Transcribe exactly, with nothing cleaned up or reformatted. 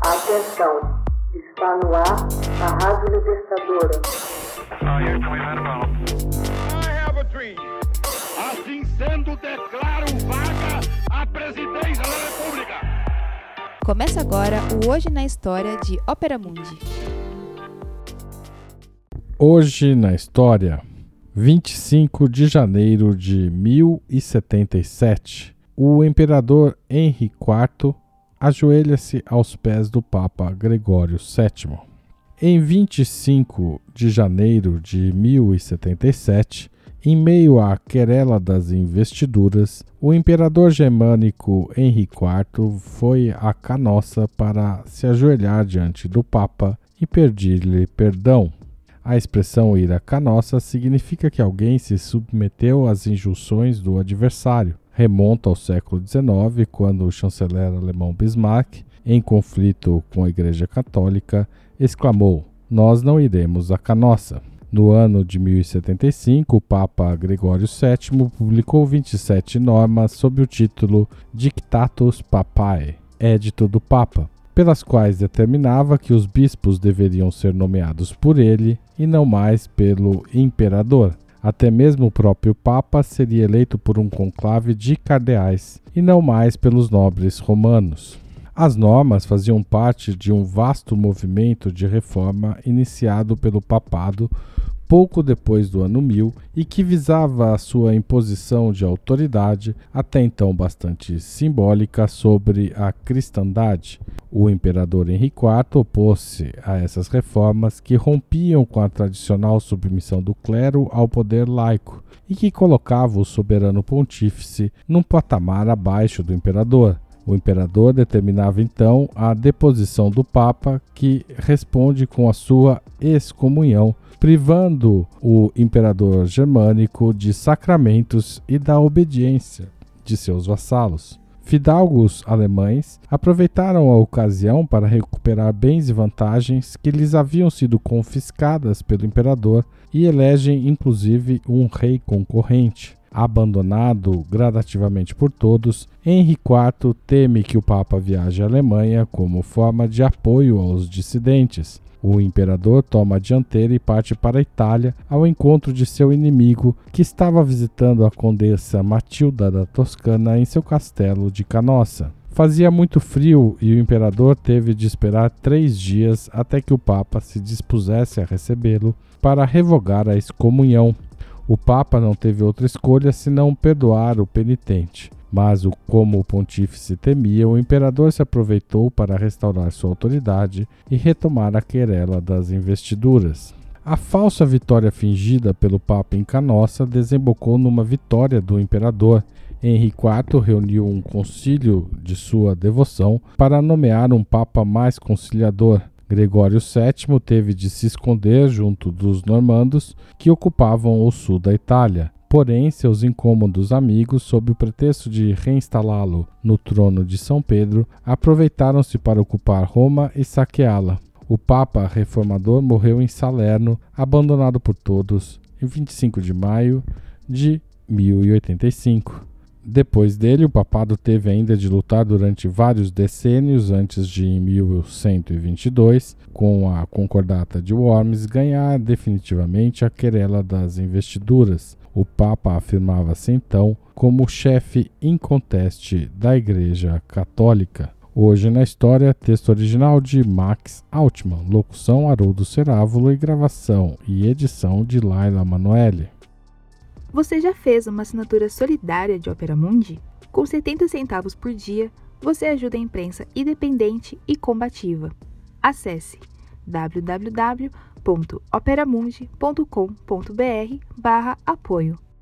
Atenção, está no ar a Rádio Libertadora. I have a dream. Assim sendo, declaro vaga a presidência da República. Começa agora o Hoje na História de Ópera Mundi. Hoje na História, vinte e cinco de janeiro de mil e setenta e sete, o imperador Henri quarto ajoelha-se aos pés do Papa Gregório sétimo. Em vinte e cinco de janeiro de mil e setenta e sete, em meio à querela das investiduras, o imperador germânico Henri quarto foi a Canossa para se ajoelhar diante do Papa e pedir-lhe perdão. A expressão ir à Canossa significa que alguém se submeteu às injunções do adversário. Remonta ao século dezenove, quando o chanceler alemão Bismarck, em conflito com a Igreja Católica, exclamou: "Nós não iremos à Canossa". No ano de mil e setenta e cinco, o Papa Gregório sétimo publicou vinte e sete normas sob o título Dictatus Papae, Édito do Papa, pelas quais determinava que os bispos deveriam ser nomeados por ele e não mais pelo imperador. Até mesmo o próprio Papa seria eleito por um conclave de cardeais e não mais pelos nobres romanos. As normas faziam parte de um vasto movimento de reforma iniciado pelo papado pouco depois do ano mil e que visava a sua imposição de autoridade, até então bastante simbólica, sobre a cristandade. O imperador Henri quarto opôs-se a essas reformas que rompiam com a tradicional submissão do clero ao poder laico e que colocavam o soberano pontífice num patamar abaixo do imperador. O imperador determinava então a deposição do Papa, que responde com a sua excomunhão, privando o imperador germânico de sacramentos e da obediência de seus vassalos. Fidalgos alemães aproveitaram a ocasião para recuperar bens e vantagens que lhes haviam sido confiscadas pelo imperador e elegem inclusive um rei concorrente. Abandonado gradativamente por todos, Henri quarto teme que o Papa viaje à Alemanha como forma de apoio aos dissidentes. O imperador toma a dianteira e parte para a Itália ao encontro de seu inimigo, que estava visitando a condessa Matilda da Toscana em seu castelo de Canossa. Fazia muito frio e o imperador teve de esperar três dias até que o Papa se dispusesse a recebê-lo para revogar a excomunhão. O Papa não teve outra escolha senão perdoar o penitente. Mas, como o pontífice temia, o imperador se aproveitou para restaurar sua autoridade e retomar a querela das investiduras. A falsa vitória fingida pelo Papa em Canossa desembocou numa vitória do imperador. Henri quarto reuniu um concílio de sua devoção para nomear um Papa mais conciliador. Gregório sétimo teve de se esconder junto dos normandos que ocupavam o sul da Itália. Porém, seus incômodos amigos, sob o pretexto de reinstalá-lo no trono de São Pedro, aproveitaram-se para ocupar Roma e saqueá-la. O Papa reformador morreu em Salerno, abandonado por todos, em vinte e cinco de maio de mil e oitenta e cinco. Depois dele, o papado teve ainda de lutar durante vários decênios antes de, em mil cento e vinte e dois, com a Concordata de Worms, ganhar definitivamente a querela das investiduras. O Papa afirmava-se então como chefe inconteste da Igreja Católica. Hoje na História, texto original de Max Altman, locução Haroldo Cerávulo e gravação e edição de Laila Manoeli. Você já fez uma assinatura solidária de Ópera Mundi? Com setenta centavos por dia, você ajuda a imprensa independente e combativa. Acesse w w w ponto operamundi ponto com ponto b r barra apoio.